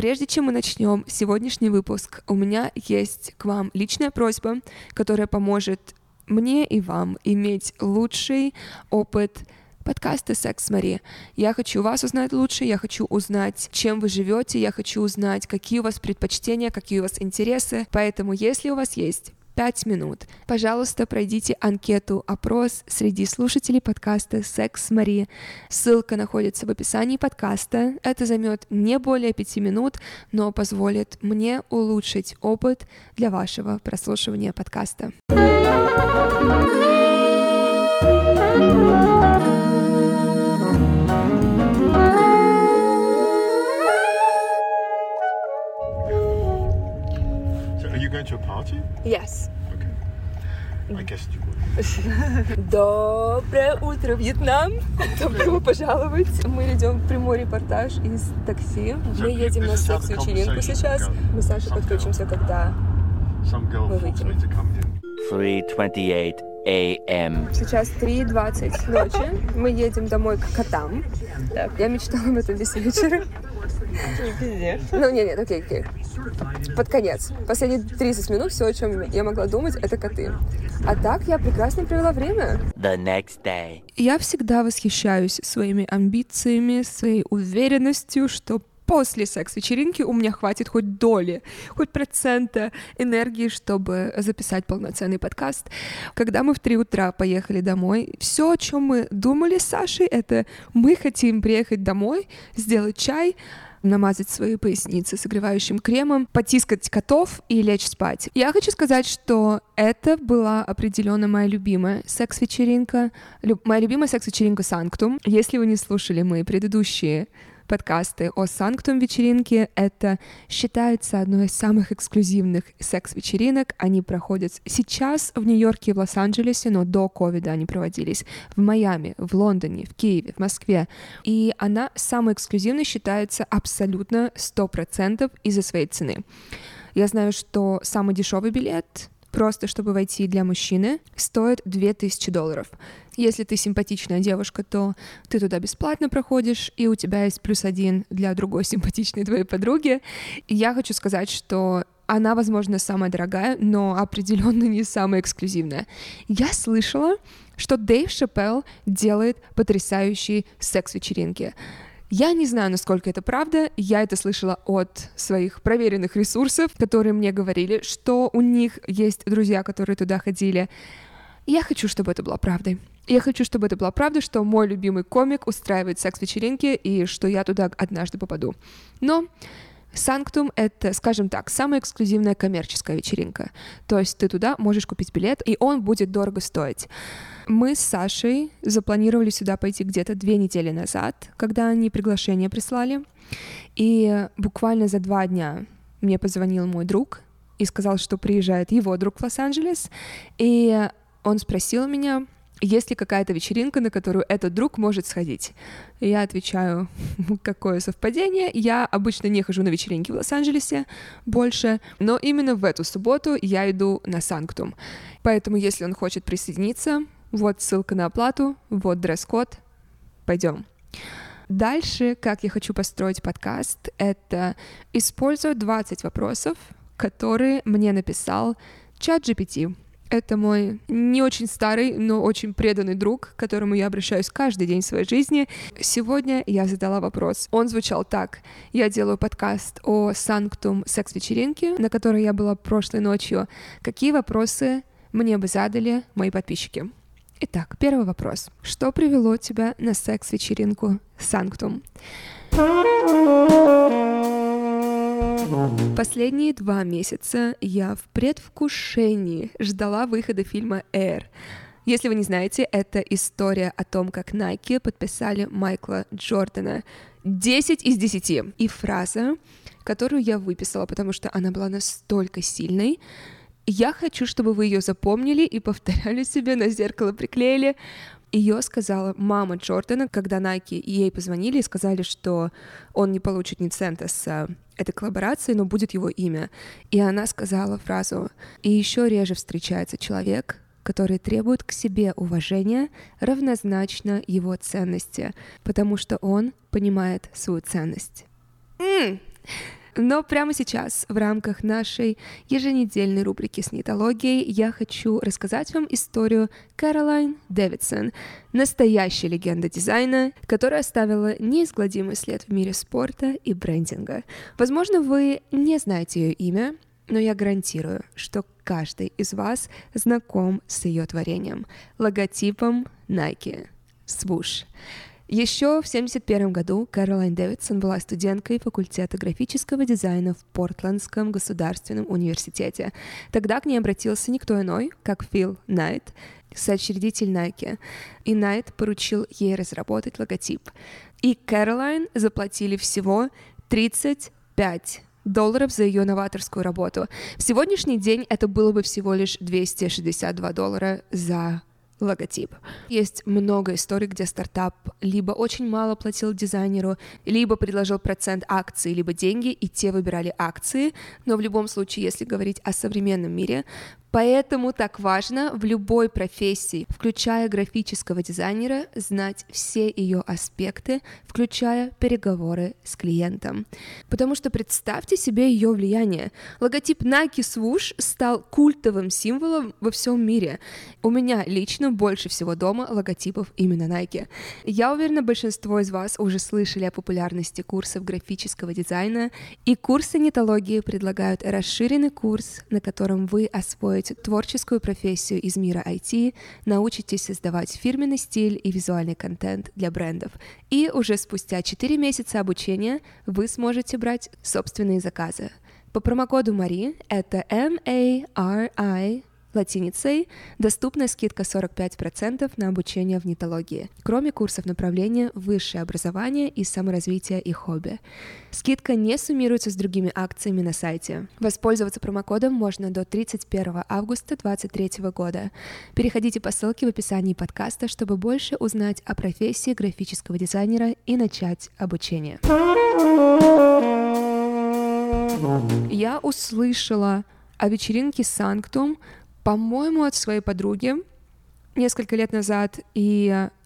прежде чем мы начнем сегодняшний выпуск, у меня есть к вам личная просьба, которая поможет мне и вам иметь лучший опыт подкаста «Секс с Мари». Я хочу вас узнать лучше, я хочу узнать, чем вы живете, я хочу узнать, какие у вас предпочтения, какие у вас интересы. Поэтому, если у вас есть 5 минут, пожалуйста, пройдите анкету-опрос среди слушателей подкаста «Секс с Мари». Ссылка находится в описании подкаста. Это займет не более 5 минут, но позволит мне улучшить опыт для вашего прослушивания подкаста. Going to a party? Yes. Okay. I guessed you would. Доброе утро, Вьетнам! Добро пожаловать! Мы идем в прямой репортаж из такси. Мы едем на секс-вечеринку сейчас. Мы с Сашей подключимся, когда мы выйдем. 3:28 a.m. Сейчас 3:20 ночи. Мы едем домой к котам. Так, я мечтала об этом весь вечер. Ну, нет, окей. Под конец. Последние 30 минут все, о чем я могла думать, это коты. А так я прекрасно провела время. The next day. Я всегда восхищаюсь своими амбициями, своей уверенностью, что после секс-вечеринки у меня хватит хоть доли, хоть процента энергии, чтобы записать полноценный подкаст. Когда мы в 3 утра поехали домой, все, о чем мы думали с Сашей, это мы хотим приехать домой, сделать чай, намазать свои поясницы согревающим кремом, потискать котов и лечь спать. Я хочу сказать, что это была определенно моя любимая секс-вечеринка. Моя любимая секс-вечеринка Санктум. Если вы не слушали мои предыдущие подкасты о Санктум-вечеринке, это считается одной из самых эксклюзивных секс-вечеринок. Они проходят сейчас в Нью-Йорке и в Лос-Анджелесе, но до ковида они проводились в Майами, в Лондоне, в Киеве, в Москве. И она самой эксклюзивной считается абсолютно 100% из-за своей цены. Я знаю, что самый дешевый билет, просто чтобы войти для мужчины, стоит $2000. Если ты симпатичная девушка, то ты туда бесплатно проходишь, и у тебя есть +1 для другой симпатичной твоей подруги. И я хочу сказать, что она, возможно, самая дорогая, но определенно не самая эксклюзивная. Я слышала, что Дэйв Шапелл делает потрясающие секс-вечеринки. Я не знаю, насколько это правда, я это слышала от своих проверенных ресурсов, которые мне говорили, что у них есть друзья, которые туда ходили. Я хочу, чтобы это было правдой. Я хочу, чтобы это была правда, что мой любимый комик устраивает секс-вечеринки и что я туда однажды попаду. Но Санктум — это, скажем так, самая эксклюзивная коммерческая вечеринка. То есть ты туда можешь купить билет, и он будет дорого стоить. Мы с Сашей запланировали сюда пойти где-то 2 недели назад, когда они приглашение прислали. И буквально за 2 дня мне позвонил мой друг и сказал, что приезжает его друг в Лос-Анджелес. И он спросил меня, есть ли какая-то вечеринка, на которую этот друг может сходить. И я отвечаю, какое совпадение. Я обычно не хожу на вечеринки в Лос-Анджелесе больше, но именно в эту субботу я иду на Санктум. Поэтому, если он хочет присоединиться, вот ссылка на оплату, вот дресс-код, пойдем. Дальше, как я хочу построить подкаст, это использовать 20 вопросов, которые мне написал ChatGPT. Это мой не очень старый, но очень преданный друг, к которому я обращаюсь каждый день в своей жизни. Сегодня я задала вопрос. Он звучал так. Я делаю подкаст о Санктум секс-вечеринке, на которой я была прошлой ночью. Какие вопросы мне бы задали мои подписчики? Итак, первый вопрос. Что привело тебя на секс-вечеринку Санктум? Последние 2 месяца я в предвкушении ждала выхода фильма «Air». Если вы не знаете, это история о том, как Nike подписали Майкла Джордана. 10 из 10. И фраза, которую я выписала, потому что она была настолько сильной. Я хочу, чтобы вы ее запомнили и повторяли себе, на зеркало приклеили. Ее сказала мама Джордана, когда Nike ей позвонили и сказали, что он не получит ни цента с этой коллаборации, но будет его имя. И она сказала фразу: «И еще реже встречается человек, который требует к себе уважения равнозначно его ценности, потому что он понимает свою ценность». Но прямо сейчас, в рамках нашей еженедельной рубрики с нетологией, я хочу рассказать вам историю Кэролайн Дэвидсон, настоящей легенды дизайна, которая оставила неизгладимый след в мире спорта и брендинга. Возможно, вы не знаете ее имя, но я гарантирую, что каждый из вас знаком с ее творением — логотипом Nike — Swoosh. Еще в 1971 году Кэролайн Дэвидсон была студенткой факультета графического дизайна в Портландском государственном университете. Тогда к ней обратился никто иной, как Фил Найт, соучредитель Nike, и Найт поручил ей разработать логотип. И Кэролайн заплатили всего $35 за ее новаторскую работу. В сегодняшний день это было бы всего лишь $262 за логотип. Есть много историй, где стартап либо очень мало платил дизайнеру, либо предложил процент акций, либо деньги, и те выбирали акции. Но в любом случае, если говорить о современном мире, поэтому так важно в любой профессии, включая графического дизайнера, знать все ее аспекты, включая переговоры с клиентом. Потому что представьте себе ее влияние. Логотип Nike Swoosh стал культовым символом во всем мире. У меня лично больше всего дома логотипов именно Nike. Я уверена, большинство из вас уже слышали о популярности курсов графического дизайна, и курсы нетологии предлагают расширенный курс, на котором вы освоите творческую профессию из мира IT, научитесь создавать фирменный стиль и визуальный контент для брендов. И уже спустя 4 месяца обучения вы сможете брать собственные заказы. По промокоду Мари, это MARI, латиницей, доступна скидка 45% на обучение в нетологии, кроме курсов направления высшее образование и саморазвитие и хобби. Скидка не суммируется с другими акциями на сайте. Воспользоваться промокодом можно до 31 августа 2023 года. Переходите по ссылке в описании подкаста, чтобы больше узнать о профессии графического дизайнера и начать обучение. Я услышала о вечеринке Sanctum, по-моему, от своей подруги несколько лет назад, и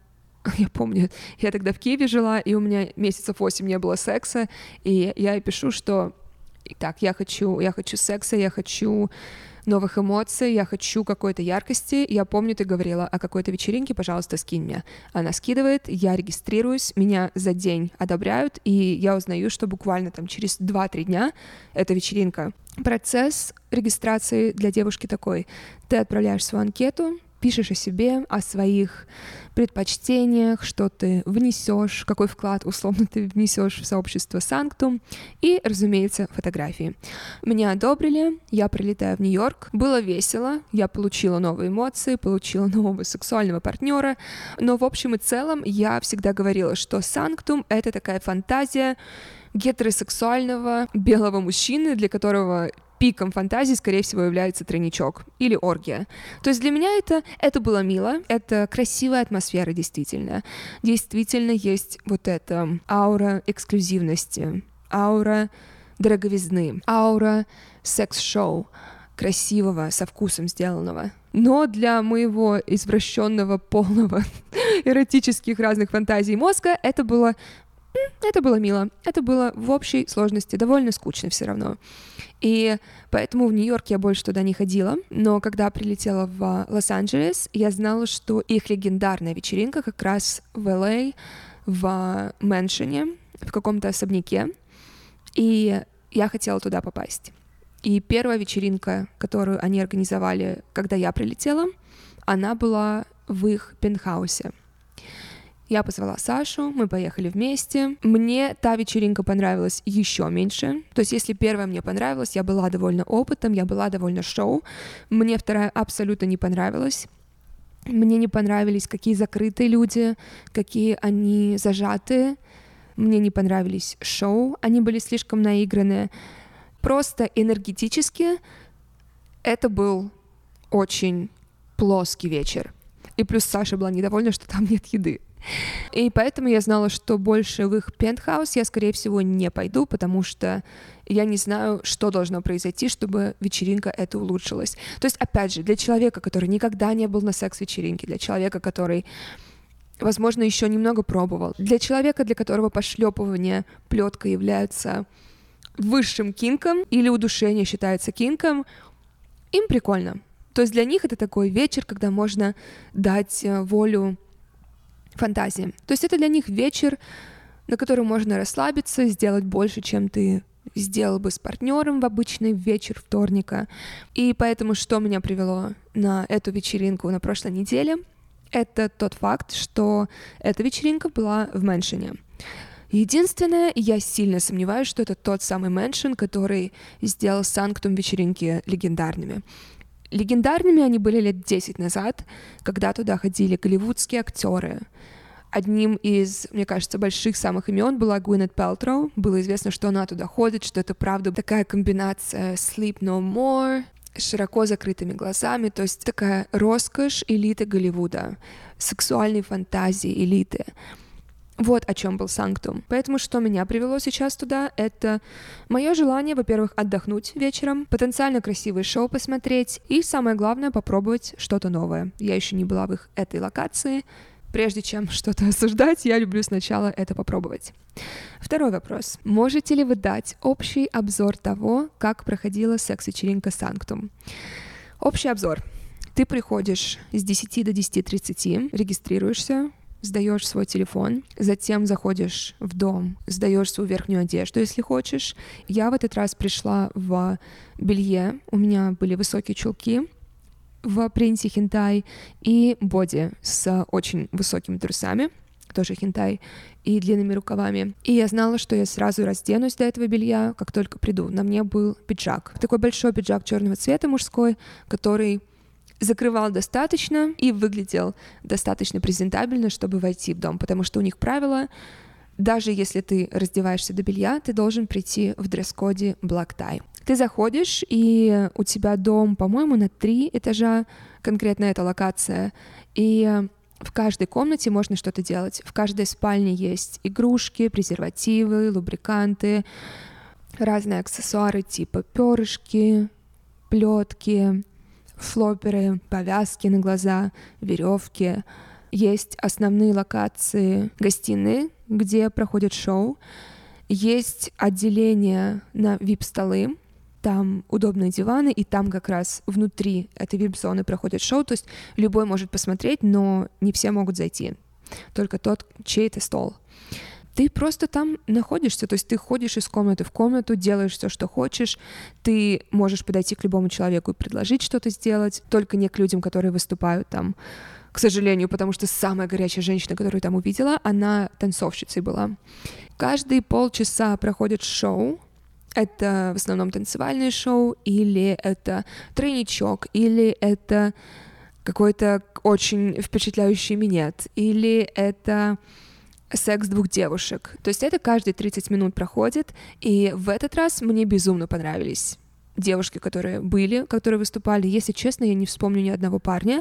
я помню, я тогда в Киеве жила, и у меня месяцев 8 не было секса, и я ей пишу, что так, я хочу секса, я хочу новых эмоций, я хочу какой-то яркости. Я помню, ты говорила о какой-то вечеринке, пожалуйста, скинь мне. Она скидывает, я регистрируюсь, меня за день одобряют, и я узнаю, что буквально там через 2-3 дня эта вечеринка. Процесс регистрации для девушки такой. Ты отправляешь свою анкету, пишешь о себе, о своих предпочтениях, что ты внесешь, какой вклад условно ты внесешь в сообщество Sanctum, и, разумеется, фотографии. Меня одобрили, я прилетаю в Нью-Йорк, было весело, я получила новые эмоции, получила нового сексуального партнера, но в общем и целом я всегда говорила, что Sanctum — это такая фантазия гетеросексуального белого мужчины, для которого пиком фантазии, скорее всего, является тройничок или оргия. То есть для меня это было мило, это красивая атмосфера, действительно. Действительно есть вот эта аура эксклюзивности, аура дороговизны, аура секс-шоу, красивого, со вкусом сделанного. Но для моего извращенного, полного эротических разных фантазий мозга это было мило. Это было в общей сложности довольно скучно все равно. И поэтому в Нью-Йорк я больше туда не ходила. Но когда прилетела в Лос-Анджелес, я знала, что их легендарная вечеринка как раз в Л.А., в Мэншене, в каком-то особняке. И я хотела туда попасть. И первая вечеринка, которую они организовали, когда я прилетела, она была в их пентхаусе. Я позвала Сашу, мы поехали вместе. Мне та вечеринка понравилась еще меньше. То есть если первая мне понравилась, я была довольно опытом, я была довольно шоу. Мне вторая абсолютно не понравилась. Мне не понравились, какие закрытые люди, какие они зажатые. Мне не понравились шоу, они были слишком наигранные. Просто энергетически это был очень плоский вечер. И плюс Саша была недовольна, что там нет еды. И поэтому я знала, что больше в их пентхаус я, скорее всего, не пойду, потому что я не знаю, что должно произойти, чтобы вечеринка эта улучшилась. То есть, опять же, для человека, который никогда не был на секс-вечеринке, для человека, который, возможно, еще немного пробовал, для человека, для которого пошлепывание плеткой является высшим кинком или удушение считается кинком, им прикольно. То есть для них это такой вечер, когда можно дать волю фантазии. То есть это для них вечер, на который можно расслабиться, сделать больше, чем ты сделал бы с партнером в обычный вечер вторника. И поэтому что меня привело на эту вечеринку на прошлой неделе, это тот факт, что эта вечеринка была в Мэншене. Единственное, я сильно сомневаюсь, что это тот самый Мэншен, который сделал Санктум вечеринки легендарными. Легендарными они были лет 10 назад, когда туда ходили голливудские актеры. Одним из, мне кажется, больших самых имен была Гвинет Пэлтроу. Было известно, что она туда ходит, что это правда такая комбинация Sleep No More, широко закрытыми глазами, то есть такая роскошь элиты Голливуда, сексуальной фантазии элиты. Вот о чем был Санктум. Поэтому что меня привело сейчас туда, это мое желание, во-первых, отдохнуть вечером, потенциально красивое шоу посмотреть и, самое главное, попробовать что-то новое. Я еще не была в этой локации. Прежде чем что-то осуждать, я люблю сначала это попробовать. Второй вопрос. Можете ли вы дать общий обзор того, как проходила секс-вечеринка Санктум? Общий обзор. Ты приходишь с 10 до 10:30, регистрируешься, сдаешь свой телефон, затем заходишь в дом, сдаешь свою верхнюю одежду, если хочешь. Я в этот раз пришла в белье, у меня были высокие чулки в принте хентай и боди с очень высокими трусами, тоже хентай, и длинными рукавами. И я знала, что я сразу разденусь до этого белья, как только приду. На мне был пиджак. Такой большой пиджак черного цвета мужской, который закрывал достаточно и выглядел достаточно презентабельно, чтобы войти в дом, потому что у них правило, даже если ты раздеваешься до белья, ты должен прийти в дресс-коде black tie. Ты заходишь, и у тебя дом, по-моему, на 3 этажа, конкретно эта локация, и в каждой комнате можно что-то делать. В каждой спальне есть игрушки, презервативы, лубриканты, разные аксессуары типа перышки, плетки, флоперы, повязки на глаза, веревки. Есть основные локации гостиные, где проходит шоу. Есть отделение на VIP-столы, там удобные диваны, и там как раз внутри этой VIP-зоны проходит шоу, то есть любой может посмотреть, но не все могут зайти, только тот, чей это стол. Ты просто там находишься, то есть ты ходишь из комнаты в комнату, делаешь все, что хочешь, ты можешь подойти к любому человеку и предложить что-то сделать, только не к людям, которые выступают там, к сожалению, потому что самая горячая женщина, которую я там увидела, она танцовщицей была. Каждые полчаса проходит шоу, это в основном танцевальное шоу, или это тройничок, или это какой-то очень впечатляющий минет, или это секс двух девушек. То есть это каждые 30 минут проходит, и в этот раз мне безумно понравились девушки, которые были, которые выступали. Если честно, я не вспомню ни одного парня,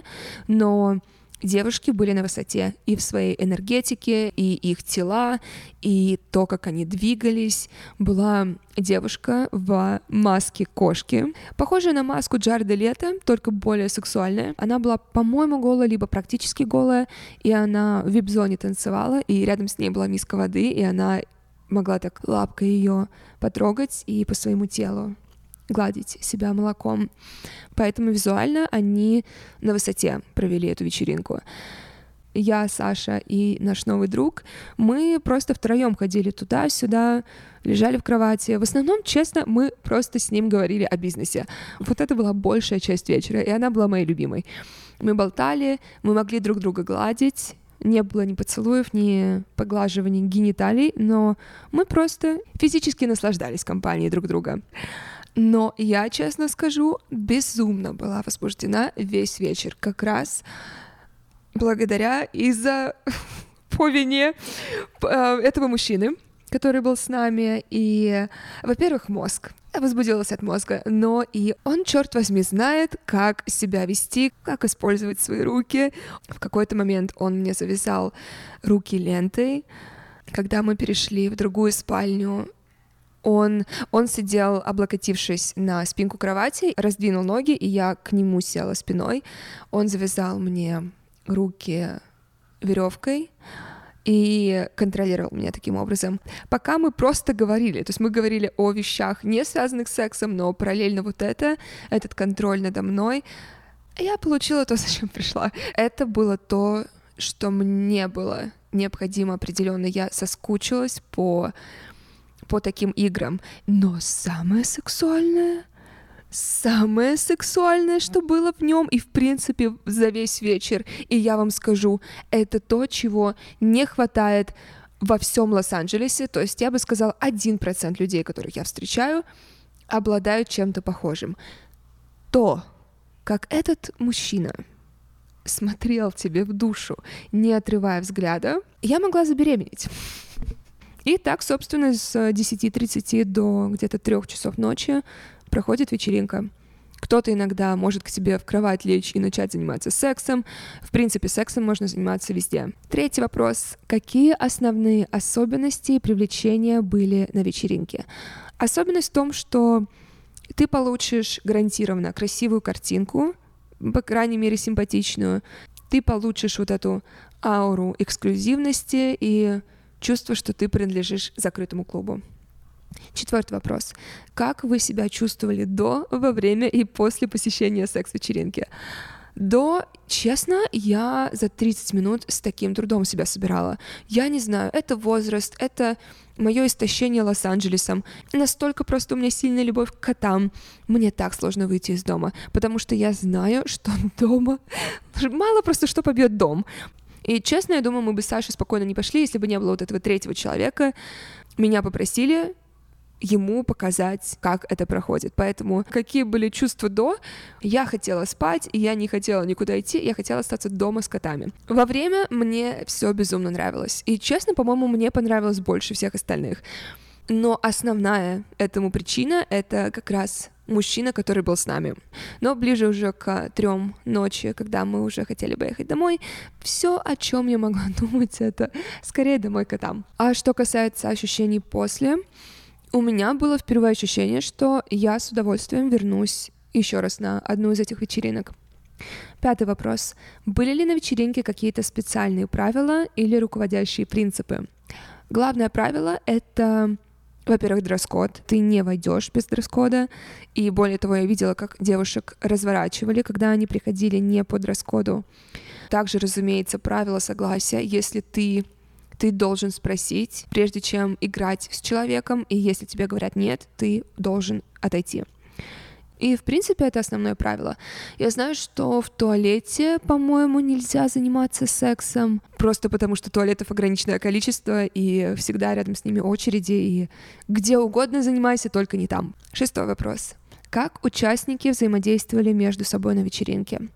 но девушки были на высоте и в своей энергетике, и их тела, и то, как они двигались. Была девушка в маске кошки, похожая на маску Джареда Лето, только более сексуальная. Она была, по-моему, голая, либо практически голая, и она в вип-зоне танцевала, и рядом с ней была миска воды, и она могла так лапкой ее потрогать и по своему телу гладить себя молоком. Поэтому визуально они на высоте провели эту вечеринку. Я, Саша и наш новый друг, мы просто втроем ходили туда-сюда, лежали в кровати. В основном, честно, мы просто с ним говорили о бизнесе. Вот это была большая часть вечера, и она была моей любимой. Мы болтали, мы могли друг друга гладить, не было ни поцелуев, ни поглаживаний гениталий, но мы просто физически наслаждались компанией друг друга. Но я, честно скажу, безумно была возбуждена весь вечер. Как раз благодаря по вине этого мужчины, который был с нами. И, во-первых, мозг. Я возбудилась от мозга, но и он, черт возьми, знает, как себя вести, как использовать свои руки. В какой-то момент он мне завязал руки лентой. Когда мы перешли в другую спальню, он сидел, облокотившись на спинку кровати, раздвинул ноги, и я к нему села спиной. Он завязал мне руки веревкой и контролировал меня таким образом. Пока мы просто говорили, то есть мы говорили о вещах, не связанных с сексом, но параллельно вот этот контроль надо мной, я получила то, зачем пришла. Это было то, что мне было необходимо определенно. Я соскучилась по таким играм. Но самое сексуальное, что было в нем и, в принципе, за весь вечер, и я вам скажу, это то, чего не хватает во всем Лос-Анджелесе. То есть я бы сказала, 1% людей, которых я встречаю, обладают чем-то похожим. То, как этот мужчина смотрел тебе в душу, не отрывая взгляда, я могла забеременеть. И так, собственно, с 10:30 до где-то 3 часов ночи проходит вечеринка. Кто-то иногда может к тебе в кровать лечь и начать заниматься сексом. В принципе, сексом можно заниматься везде. 3-й вопрос. Какие основные особенности и привлечения были на вечеринке? Особенность в том, что ты получишь гарантированно красивую картинку, по крайней мере, симпатичную. Ты получишь вот эту ауру эксклюзивности и чувство, что ты принадлежишь закрытому клубу. 4-й вопрос. Как вы себя чувствовали до, во время и после посещения секс-вечеринки? До, честно, я за 30 минут с таким трудом себя собирала. Я не знаю, это возраст, это мое истощение Лос-Анджелесом. Настолько просто у меня сильная любовь к котам. Мне так сложно выйти из дома, потому что я знаю, что дома мало просто что побьет дом. И честно, я думаю, мы бы с Сашей спокойно не пошли, если бы не было вот этого 3-го человека. Меня попросили ему показать, как это проходит. Поэтому какие были чувства до? Я хотела спать, и я не хотела никуда идти, я хотела остаться дома с котами. Во время мне все безумно нравилось. И, честно, по-моему, мне понравилось больше всех остальных. Но основная этому причина — это как раз мужчина, который был с нами. Но ближе уже к 3 ночи, когда мы уже хотели бы ехать домой, все, о чем я могла думать, это скорее домой к котам. А что касается ощущений после, у меня было впервые ощущение, что я с удовольствием вернусь еще раз на одну из этих вечеринок. 5-й вопрос. Были ли на вечеринке какие-то специальные правила или руководящие принципы? Главное правило — это, во-первых, дресс-код. Ты не войдешь без дресс-кода. И более того, я видела, как девушек разворачивали, когда они приходили не по дресс-коду. Также, разумеется, правило согласия. Если ты должен спросить, прежде чем играть с человеком, и если тебе говорят «нет», ты должен отойти. И, в принципе, это основное правило. Я знаю, что в туалете, по-моему, нельзя заниматься сексом, просто потому что туалетов ограниченное количество, и всегда рядом с ними очереди, и где угодно занимайся, только не там. 6-й вопрос. Как участники взаимодействовали между собой на вечеринке?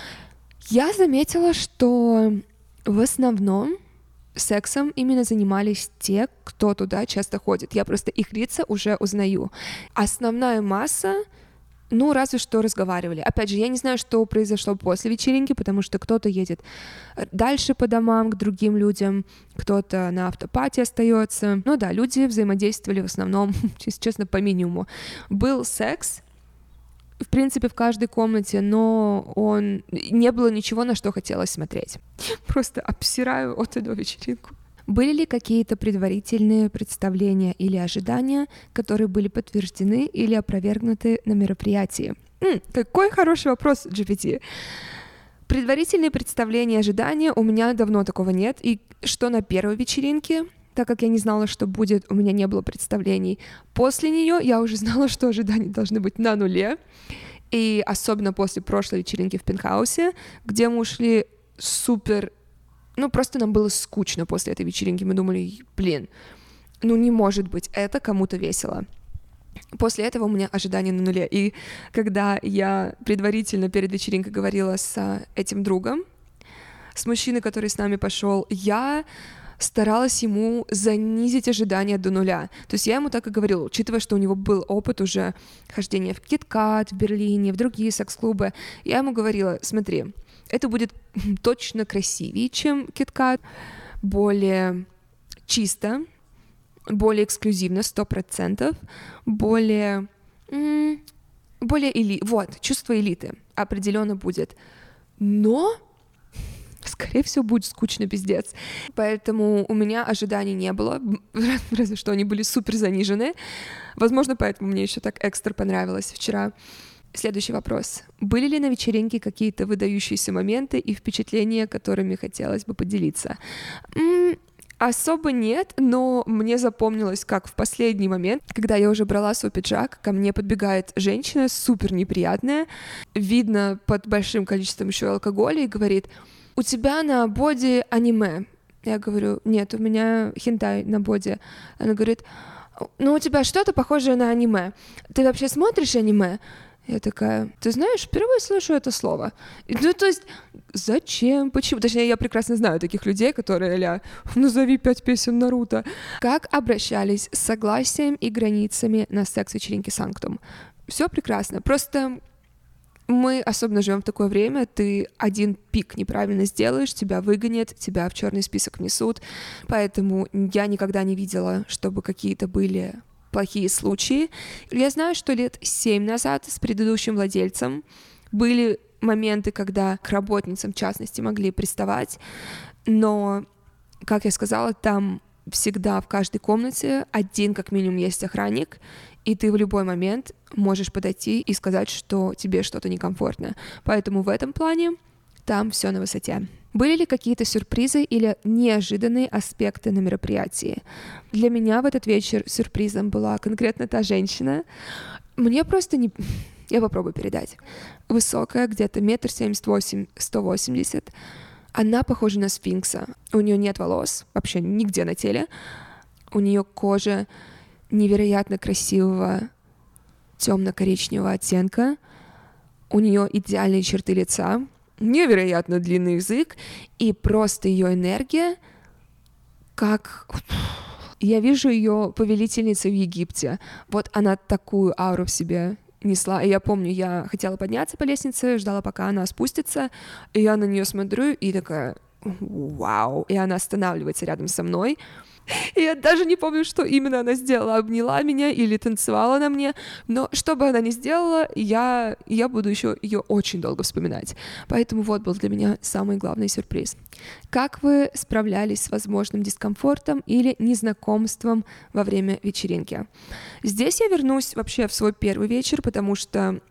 Я заметила, что в основном сексом именно занимались те, кто туда часто ходит. Я просто их лица уже узнаю. Основная масса, разве что разговаривали. Опять же, я не знаю, что произошло после вечеринки, потому что кто-то едет дальше по домам к другим людям, кто-то на автопати остается. Люди взаимодействовали в основном, если честно, по минимуму. Был секс, в принципе, в каждой комнате, но не было ничего, на что хотелось смотреть. Просто обсираю от и до вечеринку. Были ли какие-то предварительные представления или ожидания, которые были подтверждены или опровергнуты на мероприятии? Какой хороший вопрос, GPT. Предварительные представления и ожидания у меня давно такого нет. И что на первой вечеринке, так как я не знала, что будет, у меня не было представлений. После нее я уже знала, что ожидания должны быть на нуле. И особенно после прошлой вечеринки в Пентхаусе, где мы ушли супер... просто нам было скучно после этой вечеринки. Мы думали, не может быть, это кому-то весело. После этого у меня ожидания на нуле. И когда я предварительно перед вечеринкой говорила с этим другом, с мужчиной, который с нами пошел, я старалась ему занизить ожидания до нуля. То есть я ему так и говорила, учитывая, что у него был опыт уже хождения в Кит-Кат, в Берлине, в другие секс-клубы. Я ему говорила, смотри, это будет точно красивее, чем Кит-Кат, более чисто, более эксклюзивно, 100%, более чувство элиты определенно будет. Но скорее всего, будет скучно пиздец. Поэтому у меня ожиданий не было, разве что они были супер занижены. Возможно, поэтому мне еще так экстра понравилось вчера. Следующий вопрос. Были ли на вечеринке какие-то выдающиеся моменты и впечатления, которыми хотелось бы поделиться? Особо нет, но мне запомнилось, как в последний момент, когда я уже брала свой пиджак, ко мне подбегает женщина супер неприятная, видно под большим количеством еще алкоголя, и говорит: «У тебя на боди аниме». Я говорю: «Нет, у меня хентай на боди». Она говорит: «Ну, у тебя что-то похожее на аниме. Ты вообще смотришь аниме?» Я такая: «Ты знаешь, впервые слышу это слово». Ну, то есть, зачем? Почему? Точнее, я прекрасно знаю таких людей, которые а-ля «назови 5 песен Наруто». Как обращались с согласием и границами на секс-вечеринке Санктум? Все прекрасно. Просто мы особенно живем в такое время, ты один пик неправильно сделаешь, тебя выгонят, тебя в черный список внесут. Поэтому я никогда не видела, чтобы какие-то были плохие случаи. Я знаю, что лет 7 назад с предыдущим владельцем были моменты, когда к работницам, в частности, могли приставать, но, как я сказала, там всегда в каждой комнате один как минимум есть охранник, и ты в любой момент можешь подойти и сказать, что тебе что-то некомфортно. Поэтому в этом плане там все на высоте. Были ли какие-то сюрпризы или неожиданные аспекты на мероприятии? Для меня в этот вечер сюрпризом была конкретно та женщина. Мне просто не... Я попробую передать. Высокая, где-то 1,78 м, 180. Она похожа на сфинкса. У нее нет волос, вообще нигде на теле. У нее кожа невероятно красивого темно-коричневого оттенка. У нее идеальные черты лица, невероятно длинный язык, и просто ее энергия, как... Я вижу ее повелительницей в Египте. Вот она такую ауру в себе несла. И я помню, я хотела подняться по лестнице, ждала, пока она спустится, и я на нее смотрю и такая: вау! И она останавливается рядом со мной. И я даже не помню, что именно она сделала, обняла меня или танцевала на мне, но что бы она ни сделала, я буду еще ее очень долго вспоминать. Поэтому вот был для меня самый главный сюрприз. Как вы справлялись с возможным дискомфортом или незнакомством во время вечеринки? Здесь я вернусь вообще в свой первый вечер, потому что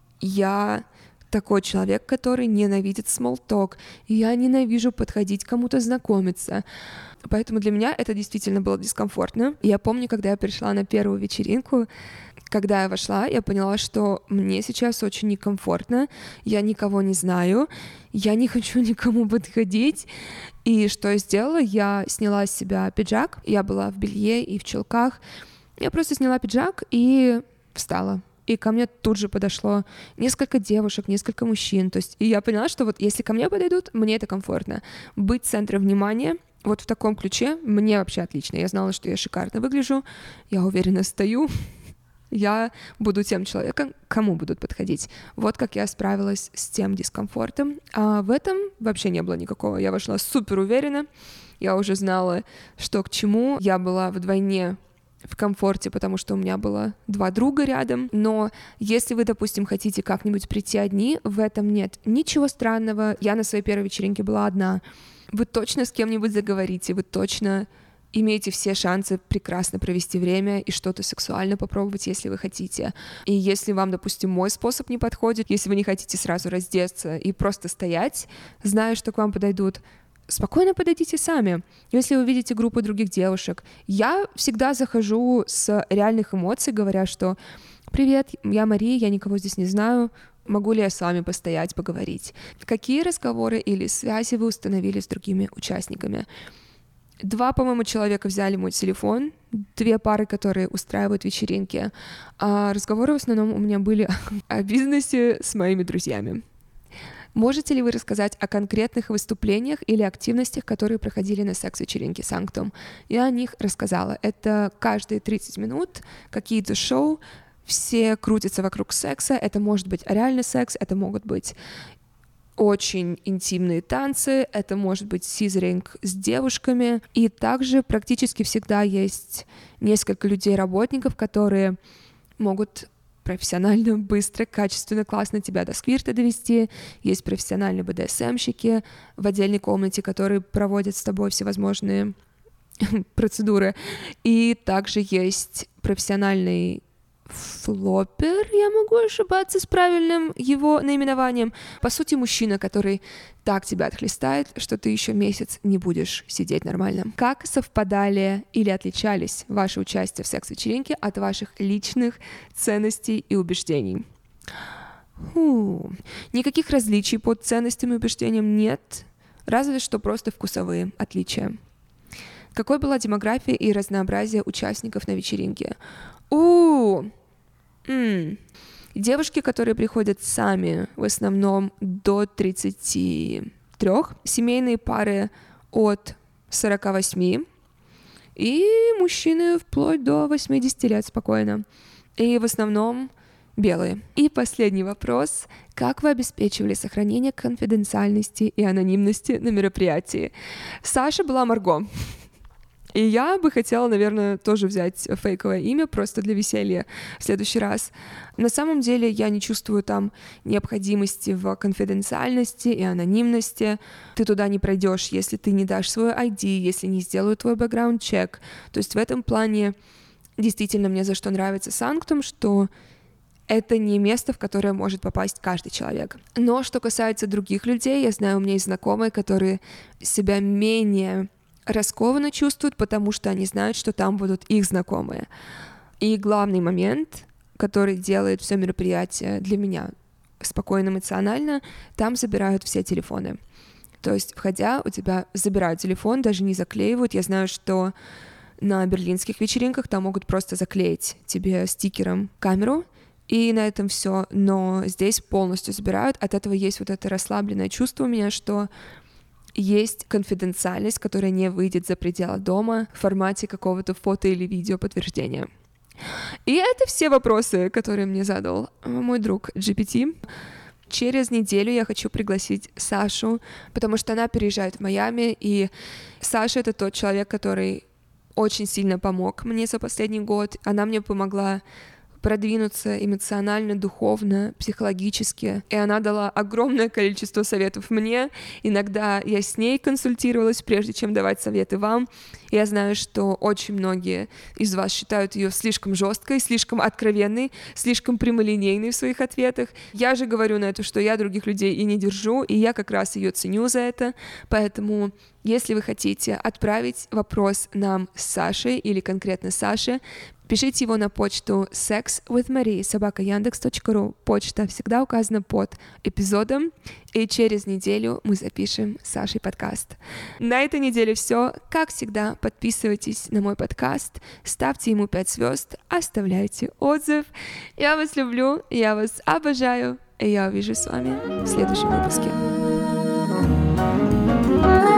я такой человек, который ненавидит small talk, и я ненавижу подходить к кому-то знакомиться. Поэтому для меня это действительно было дискомфортно. Я помню, когда я пришла на первую вечеринку, когда я вошла, я поняла, что мне сейчас очень некомфортно, я никого не знаю, я не хочу никому подходить. И что я сделала? Я сняла с себя пиджак, я была в белье и в чулках. Я просто сняла пиджак и встала. И ко мне тут же подошло несколько девушек, несколько мужчин. То есть, и я поняла, что вот если ко мне подойдут, мне это комфортно. Быть центром внимания вот в таком ключе мне вообще отлично. Я знала, что я шикарно выгляжу, я уверенно стою. Я буду тем человеком, к кому будут подходить. Вот как я справилась с тем дискомфортом. А в этом вообще не было никакого. Я вошла супер уверенно. Я уже знала, что к чему. Я была вдвойне в комфорте, потому что у меня было 2 друга рядом. Но если вы, допустим, хотите как-нибудь прийти одни, в этом нет ничего странного. Я на своей первой вечеринке была одна. Вы точно с кем-нибудь заговорите, вы точно имеете все шансы прекрасно провести время и что-то сексуально попробовать, если вы хотите. И если вам, допустим, мой способ не подходит, если вы не хотите сразу раздеться и просто стоять, зная, что к вам подойдут, спокойно подойдите сами. Если вы видите группу других девушек, я всегда захожу с реальных эмоций, говоря, что «Привет, я Мария, я никого здесь не знаю, могу ли я с вами постоять, поговорить?» Какие разговоры или связи вы установили с другими участниками? 2, по-моему, человека взяли мой телефон, 2 пары, которые устраивают вечеринки, а разговоры в основном у меня были о бизнесе с моими друзьями. Можете ли вы рассказать о конкретных выступлениях или активностях, которые проходили на секс-вечеринке Санктум? Я о них рассказала. Это каждые 30 минут какие-то шоу, все крутятся вокруг секса. Это может быть оральный секс, это могут быть очень интимные танцы, это может быть сизеринг с девушками. И также практически всегда есть несколько людей-работников, которые могут профессионально, быстро, качественно, классно тебя до сквирта довести. Есть профессиональные БДСМщики в отдельной комнате, которые проводят с тобой всевозможные процедуры. И также есть профессиональный флоппер, я могу ошибаться с правильным его наименованием. По сути, мужчина, который так тебя отхлестает, что ты еще месяц не будешь сидеть нормально. Как совпадали или отличались ваши участия в секс-вечеринке от ваших личных ценностей и убеждений? Никаких различий по ценностям и убеждениям нет, разве что просто вкусовые отличия. Какой была демография и разнообразие участников на вечеринке? Девушки, которые приходят сами, в основном до 33, семейные пары от 48 и мужчины вплоть до 80 лет спокойно. И в основном белые. И последний вопрос. Как вы обеспечивали сохранение конфиденциальности и анонимности на мероприятии? Саша была Марго. И я бы хотела, наверное, тоже взять фейковое имя просто для веселья в следующий раз. На самом деле я не чувствую там необходимости в конфиденциальности и анонимности. Ты туда не пройдешь, если ты не дашь свой ID, если не сделают твой бэкграунд-чек. То есть в этом плане действительно мне за что нравится Санктум, что это не место, в которое может попасть каждый человек. Но что касается других людей, я знаю, у меня есть знакомые, которые себя менее раскованно чувствуют, потому что они знают, что там будут их знакомые. И главный момент, который делает все мероприятие для меня спокойно эмоционально, там забирают все телефоны. То есть, входя, у тебя забирают телефон, даже не заклеивают. Я знаю, что на берлинских вечеринках там могут просто заклеить тебе стикером камеру, и на этом все. Но здесь полностью забирают. От этого есть вот это расслабленное чувство у меня, что есть конфиденциальность, которая не выйдет за пределы дома в формате какого-то фото или видео подтверждения. И это все вопросы, которые мне задал мой друг GPT. Через неделю я хочу пригласить Сашу, потому что она переезжает в Майами, и Саша — это тот человек, который очень сильно помог мне за последний год. Она мне помогла продвинуться эмоционально, духовно, психологически. И она дала огромное количество советов мне. Иногда я с ней консультировалась, прежде чем давать советы вам. Я знаю, что очень многие из вас считают ее слишком жесткой, слишком откровенной, слишком прямолинейной в своих ответах. Я же говорю на это, что я других людей и не держу, и я как раз ее ценю за это. Поэтому, если вы хотите отправить вопрос нам с Сашей или конкретно Саше, пишите его на почту sexwithmarie@yandex.ru. Почта всегда указана под эпизодом, и через неделю мы запишем с Сашей подкаст. На этой неделе все. Как всегда, подписывайтесь на мой подкаст, ставьте ему 5 звезд, оставляйте отзыв. Я вас люблю, я вас обожаю, и я увижусь с вами в следующем выпуске.